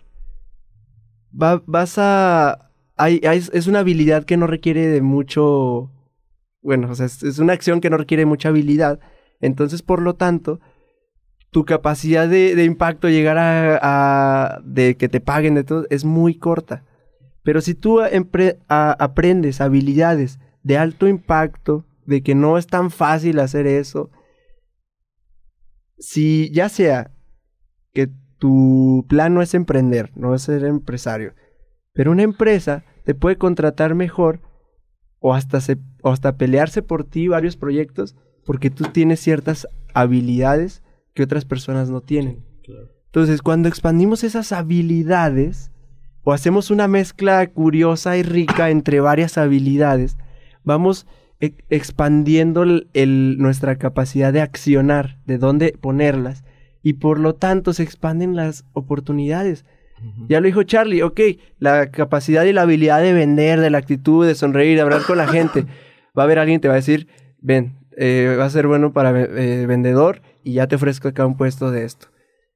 es una habilidad que no requiere de mucho... Bueno, o sea, es una acción que no requiere mucha habilidad. Entonces, por lo tanto, tu capacidad de impacto, llegar de que te paguen de todo, es muy corta. Pero si tú aprendes habilidades de alto impacto, de que no es tan fácil hacer eso, si ya sea que tu plan no es emprender, no es ser empresario, pero una empresa te puede contratar mejor o hasta pelearse por ti varios proyectos porque tú tienes ciertas habilidades que otras personas no tienen. Claro. Entonces, cuando expandimos esas habilidades o hacemos una mezcla curiosa y rica entre varias habilidades, vamos expandiendo nuestra capacidad de accionar, de dónde ponerlas, y por lo tanto se expanden las oportunidades. Uh-huh. Ya lo dijo Charlie, ok, la capacidad y la habilidad de vender, de la actitud, de sonreír, de hablar con la gente. Va a haber alguien que te va a decir, ven, va a ser bueno para vendedor y ya te ofrezco acá un puesto de esto.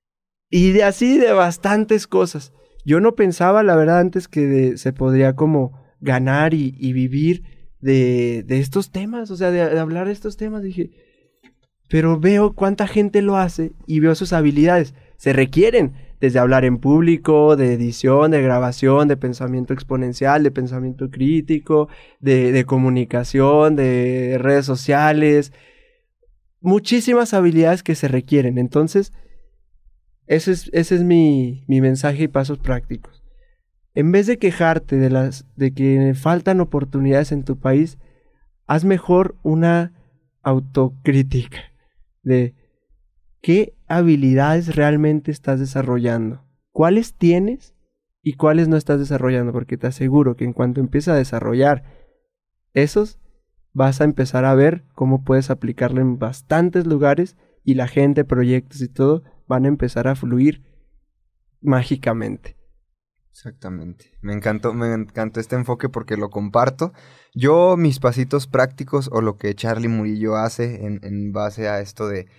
Y de bastantes cosas. Yo no pensaba, la verdad, antes que se podría como ganar y vivir de estos temas, o sea, de hablar de estos temas. Dije, pero veo cuánta gente lo hace y veo sus habilidades. Se requieren desde hablar en público, de edición, de grabación, de pensamiento exponencial, de pensamiento crítico, de comunicación, de redes sociales. Muchísimas habilidades que se requieren. Entonces, ese es mi mensaje y pasos prácticos. En vez de quejarte de que faltan oportunidades en tu país, haz mejor una autocrítica de qué habilidades realmente estás desarrollando, cuáles tienes y cuáles no estás desarrollando, porque te aseguro que en cuanto empieces a desarrollar esos, vas a empezar a ver cómo puedes aplicarlo en bastantes lugares y la gente, proyectos y todo van a empezar a fluir mágicamente. Exactamente. Me encantó este enfoque porque lo comparto. Yo, mis pasitos prácticos o lo que Charlie Murillo hace en base a esto de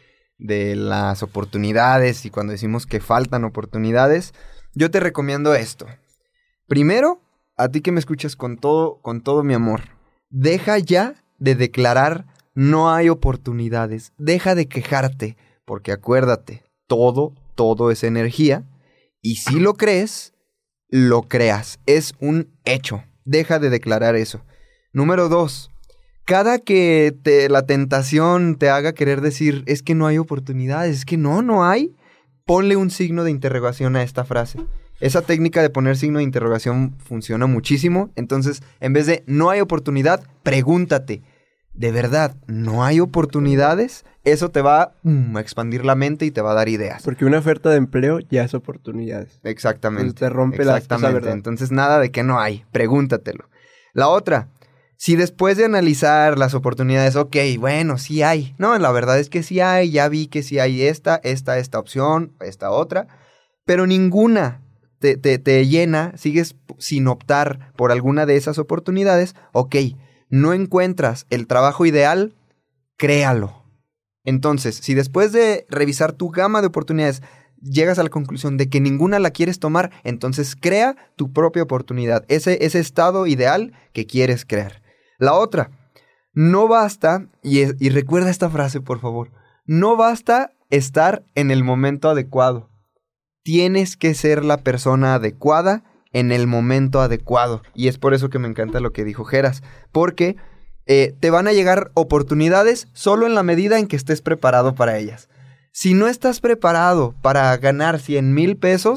las oportunidades y cuando decimos que faltan oportunidades, yo te recomiendo esto. Primero, a ti que me escuchas con todo mi amor, deja ya de declarar no hay oportunidades. Deja de quejarte, porque acuérdate, todo es energía y si lo crees, lo creas. Es un hecho. Deja de declarar eso. Número 2. Cada que la tentación te haga querer decir, es que no hay oportunidades, es que no hay, ponle un signo de interrogación a esta frase. Esa técnica de poner signo de interrogación funciona muchísimo. Entonces, en vez de no hay oportunidad, pregúntate, ¿de verdad no hay oportunidades? Eso te va a expandir la mente y te va a dar ideas. Porque una oferta de empleo ya es oportunidades. Exactamente. Entonces te rompe esa verdad. Entonces nada de que no hay, pregúntatelo. La otra, si después de analizar las oportunidades, ok, bueno, sí hay. No, la verdad es que sí hay, ya vi que sí hay esta opción, esta otra, pero ninguna te llena, sigues sin optar por alguna de esas oportunidades, ok, no encuentras el trabajo ideal, créalo. Entonces, si después de revisar tu gama de oportunidades llegas a la conclusión de que ninguna la quieres tomar, entonces crea tu propia oportunidad, ese estado ideal que quieres crear. La otra, no basta, y recuerda esta frase por favor, no basta estar en el momento adecuado, tienes que ser la persona adecuada en el momento adecuado. Y es por eso que me encanta lo que dijo Geras, porque te van a llegar oportunidades solo en la medida en que estés preparado para ellas. Si no estás preparado para ganar 100,000 pesos,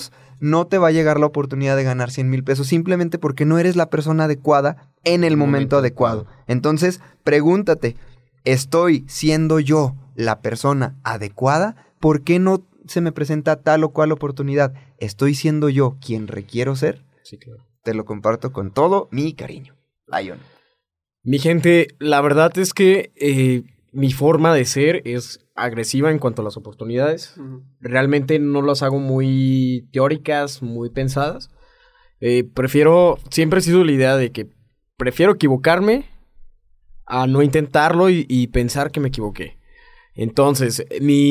no te va a llegar la oportunidad de ganar 100,000 pesos simplemente porque no eres la persona adecuada en el momento adecuado. Entonces, pregúntate, ¿estoy siendo yo la persona adecuada? ¿Por qué no se me presenta tal o cual oportunidad? ¿Estoy siendo yo quien requiero ser? Sí, claro. Te lo comparto con todo mi cariño. Lion. Mi gente, la verdad es que mi forma de ser es agresiva en cuanto a las oportunidades. Realmente no las hago muy teóricas, muy pensadas. Siempre he sido la idea de que prefiero equivocarme a no intentarlo y pensar que me equivoqué. Entonces,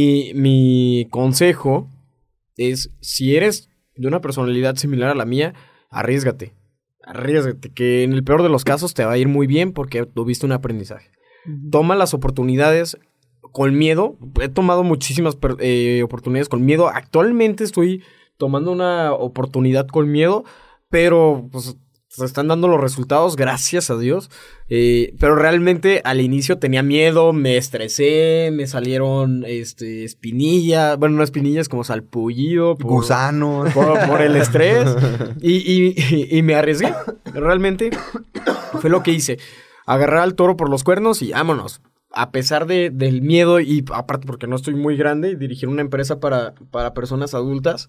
mi consejo es, si eres de una personalidad similar a la mía, arriésgate. Arriésgate, que en el peor de los casos te va a ir muy bien porque tuviste un aprendizaje. Toma las oportunidades con miedo. He tomado muchísimas oportunidades con miedo. Actualmente estoy tomando una oportunidad con miedo, pero pues se están dando los resultados, gracias a Dios. Pero realmente al inicio tenía miedo, me estresé, me salieron espinillas, bueno, no espinillas, como salpullido. Gusanos. Por el estrés. Y me arriesgué. Realmente fue lo que hice. Agarrar al toro por los cuernos y vámonos. A pesar del miedo y aparte porque no estoy muy grande, dirigir una empresa para personas adultas,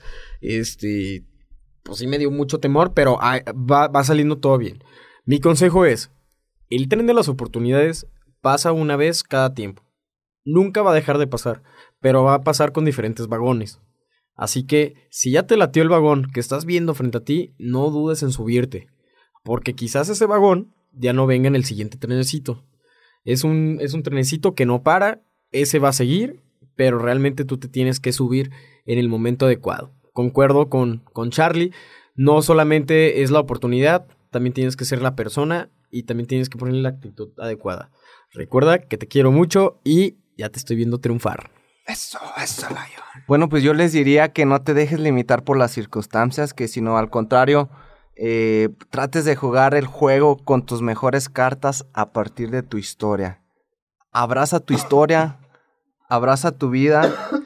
pues sí me dio mucho temor, pero va saliendo todo bien. Mi consejo es, el tren de las oportunidades pasa una vez cada tiempo. Nunca va a dejar de pasar, pero va a pasar con diferentes vagones. Así que, si ya te latió el vagón que estás viendo frente a ti, no dudes en subirte, porque quizás ese vagón ya no venga en el siguiente trenecito. Es un trenecito que no para, ese va a seguir, pero realmente tú te tienes que subir en el momento adecuado. Concuerdo con Charlie, no solamente es la oportunidad, también tienes que ser la persona y también tienes que poner la actitud adecuada. Recuerda que te quiero mucho y ya te estoy viendo triunfar. Eso, Lion. Bueno, pues yo les diría que no te dejes limitar por las circunstancias, que sino al contrario, trates de jugar el juego con tus mejores cartas a partir de tu historia. Abraza tu historia, abraza tu vida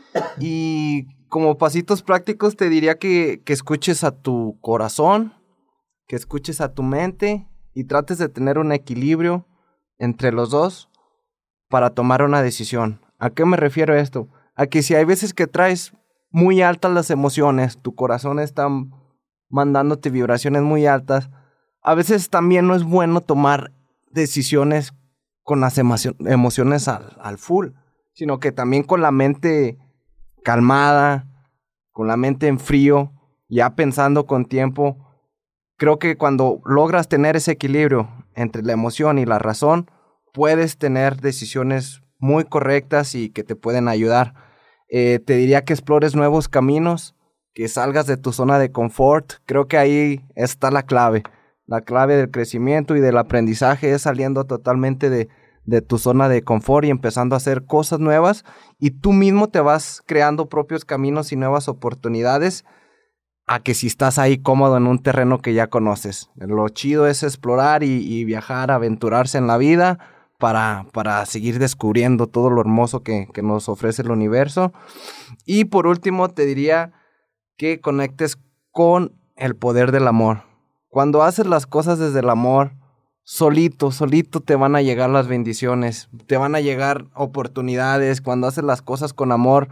y como pasitos prácticos te diría que escuches a tu corazón, que escuches a tu mente y trates de tener un equilibrio entre los dos para tomar una decisión. ¿A qué me refiero a esto? A que si hay veces que traes muy altas las emociones, tu corazón está mandándote vibraciones muy altas, a veces también no es bueno tomar decisiones con las emociones al full, sino que también con la mente calmada, con la mente en frío, ya pensando con tiempo. Creo que cuando logras tener ese equilibrio entre la emoción y la razón, puedes tener decisiones muy correctas y que te pueden ayudar. Te diría que explores nuevos caminos, que salgas de tu zona de confort. Creo que ahí está la clave. La clave del crecimiento y del aprendizaje es saliendo totalmente de tu zona de confort y empezando a hacer cosas nuevas. Y tú mismo te vas creando propios caminos y nuevas oportunidades a que si estás ahí cómodo en un terreno que ya conoces. Lo chido es explorar y viajar, aventurarse en la vida para seguir descubriendo todo lo hermoso que nos ofrece el universo. Y por último te diría que conectes con el poder del amor. Cuando haces las cosas desde el amor, solito te van a llegar las bendiciones, te van a llegar oportunidades. Cuando haces las cosas con amor,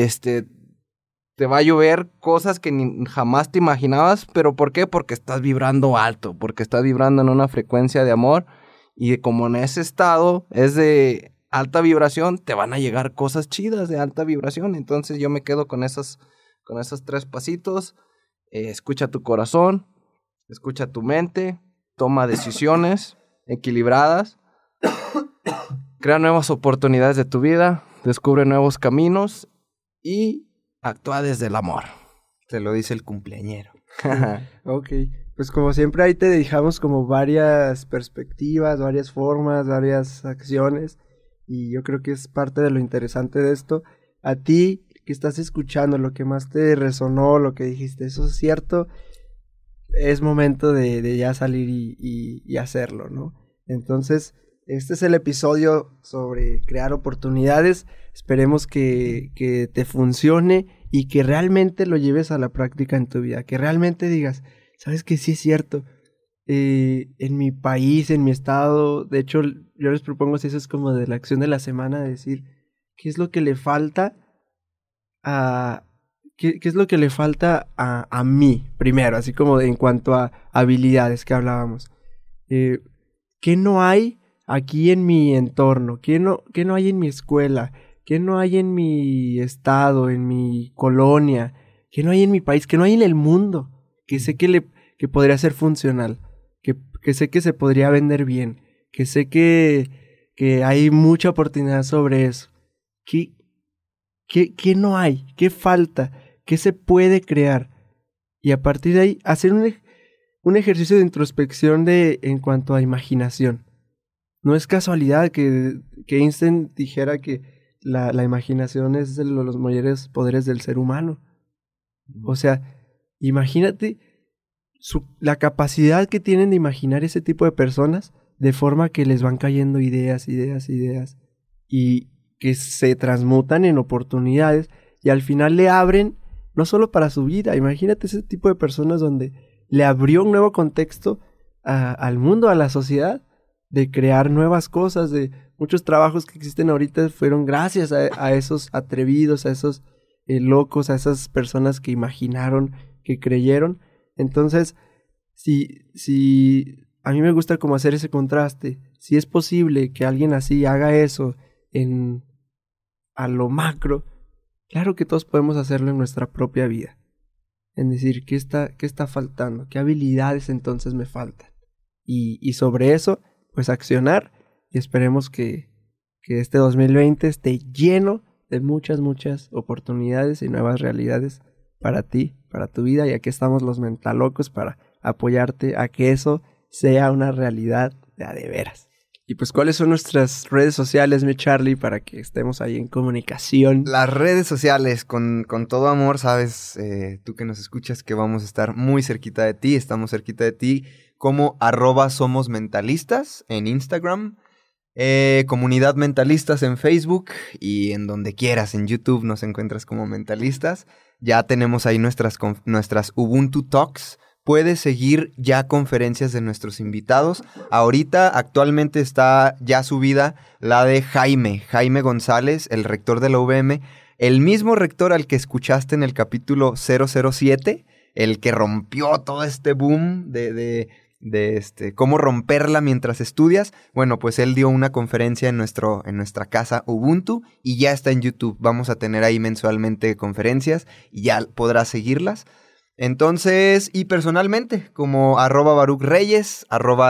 te va a llover cosas que jamás te imaginabas. ¿Pero por qué? Porque estás vibrando alto, porque estás vibrando en una frecuencia de amor. Y como en ese estado es de alta vibración, te van a llegar cosas chidas de alta vibración. Entonces yo me quedo con esos 3 pasitos. Escucha tu corazón, escucha tu mente, toma decisiones equilibradas, crea nuevas oportunidades de tu vida, descubre nuevos caminos y actúa desde el amor. Te lo dice el cumpleañero. Ok, pues como siempre ahí te dejamos como varias perspectivas, varias formas, varias acciones y yo creo que es parte de lo interesante de esto. A ti que estás escuchando, lo que más te resonó, lo que dijiste, eso es cierto, es momento de ya salir y hacerlo, ¿no? Entonces, este es el episodio sobre crear oportunidades. Esperemos que te funcione y que realmente lo lleves a la práctica en tu vida, que realmente digas, ¿sabes qué? Sí es cierto. En mi país, en mi estado, de hecho, yo les propongo si eso es como de la acción de la semana, decir, ¿qué es lo que le falta a... ¿Qué es lo que le falta a mí, primero, así como en cuanto a habilidades que hablábamos? ¿Qué no hay aquí en mi entorno? ¿Qué no hay en mi escuela? ¿Qué no hay en mi estado, en mi colonia? ¿Qué no hay en mi país? ¿Qué no hay en el mundo? Que sé que podría ser funcional, que sé que se podría vender bien, que sé que hay mucha oportunidad sobre eso. ¿Qué no hay? ¿Qué falta? ¿Qué se puede crear? Y a partir de ahí, hacer un ejercicio de introspección en cuanto a imaginación. No es casualidad que Einstein dijera que la imaginación es de los mayores poderes del ser humano. O sea, imagínate la capacidad que tienen de imaginar ese tipo de personas de forma que les van cayendo ideas y que se transmutan en oportunidades y al final le abren no solo para su vida. Imagínate ese tipo de personas donde le abrió un nuevo contexto al mundo, a la sociedad, de crear nuevas cosas, de muchos trabajos que existen ahorita fueron gracias a esos atrevidos, a esos locos, a esas personas que imaginaron, que creyeron. Entonces, si a mí me gusta como hacer ese contraste, si es posible que alguien así haga eso a lo macro, claro que todos podemos hacerlo en nuestra propia vida. En decir, ¿qué está faltando? ¿Qué habilidades entonces me faltan? Y sobre eso, pues accionar y esperemos que este 2020 esté lleno de muchas oportunidades y nuevas realidades para ti, para tu vida, y aquí estamos los mentalocos para apoyarte a que eso sea una realidad de veras. Y pues, ¿cuáles son nuestras redes sociales, mi Charlie, para que estemos ahí en comunicación? Las redes sociales, con todo amor, sabes, tú que nos escuchas, que vamos a estar muy cerquita de ti, estamos cerquita de ti, como @somosmentalistas en Instagram, Comunidad Mentalistas en Facebook y en donde quieras, en YouTube nos encuentras como Mentalistas. Ya tenemos ahí nuestras Ubuntu Talks. Puedes seguir ya conferencias de nuestros invitados. Ahorita, actualmente está ya subida la de Jaime González, el rector de la UVM, el mismo rector al que escuchaste en el capítulo 007, el que rompió todo este boom de cómo romperla mientras estudias. Bueno, pues él dio una conferencia en nuestra casa Ubuntu y ya está en YouTube. Vamos a tener ahí mensualmente conferencias y ya podrás seguirlas. Entonces, y personalmente, como @BaruchReyes,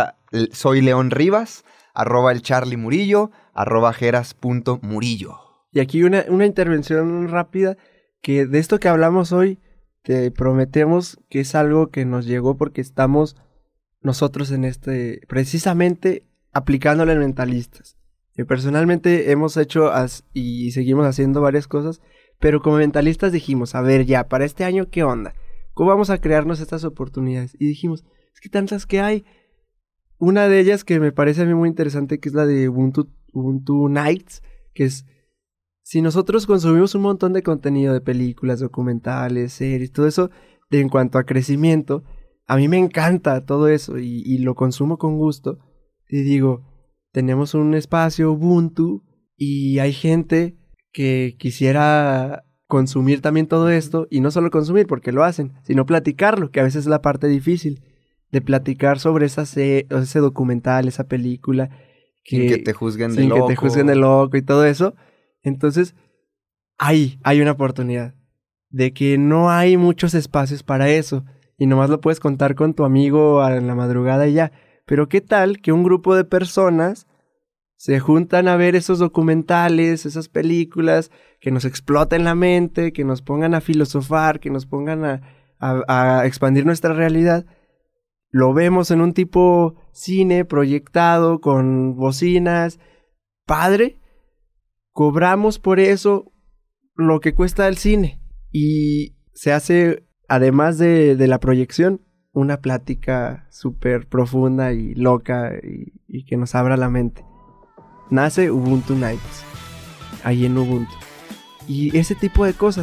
@SoyLeonRivas, @elCharlieMurillo, @Geras.Murillo. Y aquí una intervención rápida, que de esto que hablamos hoy, te prometemos que es algo que nos llegó porque estamos nosotros precisamente aplicándolo en Mentalistas. Personalmente hemos hecho y seguimos haciendo varias cosas, pero como Mentalistas dijimos, a ver ya, para este año, ¿qué onda? ¿Cómo vamos a crearnos estas oportunidades? Y dijimos, es que tantas que hay. Una de ellas que me parece a mí muy interesante, que es la de Ubuntu Nights, que es, si nosotros consumimos un montón de contenido de películas, documentales, series, todo eso, en cuanto a crecimiento, a mí me encanta todo eso y lo consumo con gusto. Y digo, tenemos un espacio Ubuntu y hay gente que quisiera consumir también todo esto, y no solo consumir porque lo hacen, sino platicarlo, que a veces es la parte difícil, de platicar sobre ese documental, esa película. Sin que te juzguen de loco. Sin que te juzguen de loco y todo eso. Entonces, hay una oportunidad de que no hay muchos espacios para eso, y nomás lo puedes contar con tu amigo en la madrugada y ya. Pero ¿qué tal que un grupo de personas se juntan a ver esos documentales, esas películas, que nos exploten la mente, que nos pongan a filosofar, que nos pongan a expandir nuestra realidad? Lo vemos en un tipo cine proyectado con bocinas, padre, cobramos por eso lo que cuesta el cine y se hace, además de la proyección, una plática súper profunda y loca y que nos abra la mente. Nace Ubuntu Nights, ahí en Ubuntu. Y ese tipo de cosas.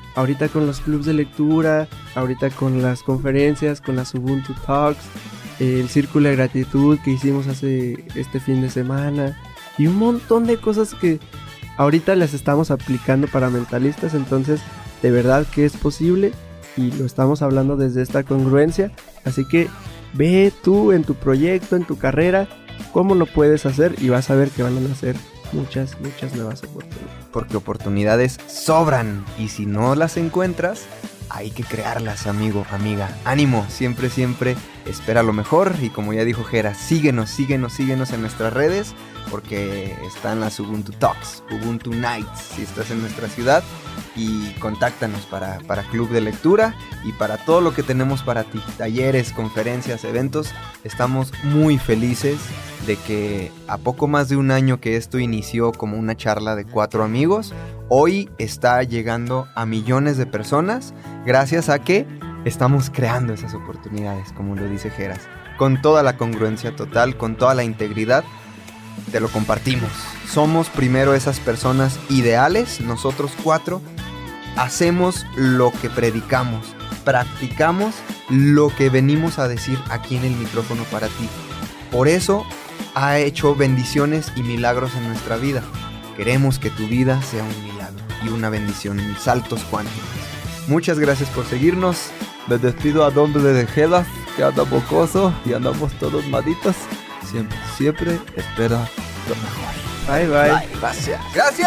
ahorita con los clubs de lectura, ahorita con las conferencias, con las Ubuntu Talks, el círculo de gratitud que hicimos este fin de semana y un montón de cosas que ahorita las estamos aplicando para mentalistas. Entonces de verdad que es posible y lo estamos hablando desde esta congruencia. Así que ve tú en tu proyecto, en tu carrera, cómo lo puedes hacer y vas a ver que van a nacer muchas nuevas oportunidades. Porque oportunidades sobran y si no las encuentras, hay que crearlas, amigo, amiga. Ánimo, siempre espera lo mejor. Y como ya dijo Jera, síguenos en nuestras redes, porque están las Ubuntu Talks, Ubuntu Nights, si estás en nuestra ciudad. Y contáctanos para club de lectura y para todo lo que tenemos para ti, talleres, conferencias, eventos. Estamos muy felices de que a poco más de un año que esto inició como una charla de 4 amigos, hoy está llegando a millones de personas gracias a que estamos creando esas oportunidades, como lo dice Geras, con toda la congruencia total, con toda la integridad. Te lo compartimos. Somos primero esas personas ideales, nosotros 4 hacemos lo que predicamos, practicamos lo que venimos a decir aquí en el micrófono para ti. Por eso ha hecho bendiciones y milagros en nuestra vida. Queremos que tu vida sea un milagro y una bendición en saltos cuánticos. Muchas gracias por seguirnos. Me despido a nombre de Geras, que anda mocoso y andamos todos malitos. Siempre espera lo mejor. Bye. Gracias.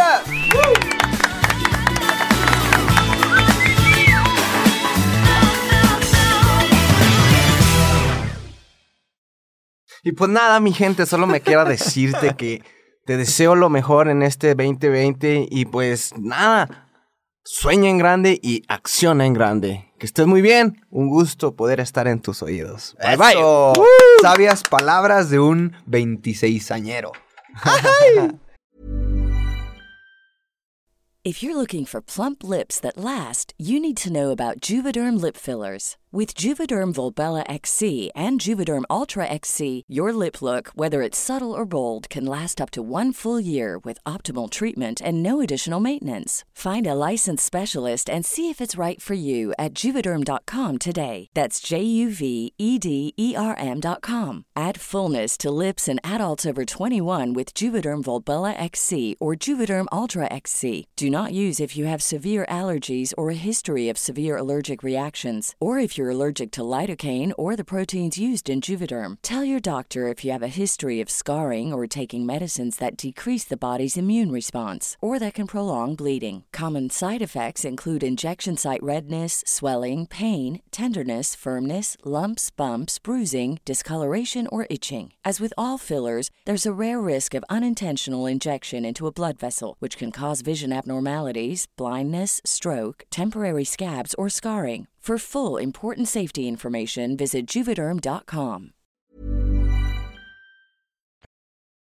Y pues nada, mi gente, solo me quiero decirte que te deseo lo mejor en este 2020 y pues nada, sueña en grande y acciona en grande. Que estés muy bien, un gusto poder estar en tus oídos. Bye bye. Sabias palabras de un 26añero. If you're looking for plump lips that last, you need to know about Juvederm lip fillers. With Juvederm Volbella XC and Juvederm Ultra XC, your lip look, whether it's subtle or bold, can last up to 1 full year with optimal treatment and no additional maintenance. Find a licensed specialist and see if it's right for you at Juvederm.com today. That's JUVEDERM.com. Add fullness to lips in adults over 21 with Juvederm Volbella XC or Juvederm Ultra XC. Do not use if you have severe allergies or a history of severe allergic reactions, or if you're allergic to lidocaine or the proteins used in Juvederm. Tell your doctor if you have a history of scarring or taking medicines that decrease the body's immune response or that can prolong bleeding. Common side effects include injection site redness, swelling, pain, tenderness, firmness, lumps, bumps, bruising, discoloration, or itching. As with all fillers, there's a rare risk of unintentional injection into a blood vessel, which can cause vision abnormalities, blindness, stroke, temporary scabs, or scarring. For full, important safety information, visit Juvederm.com.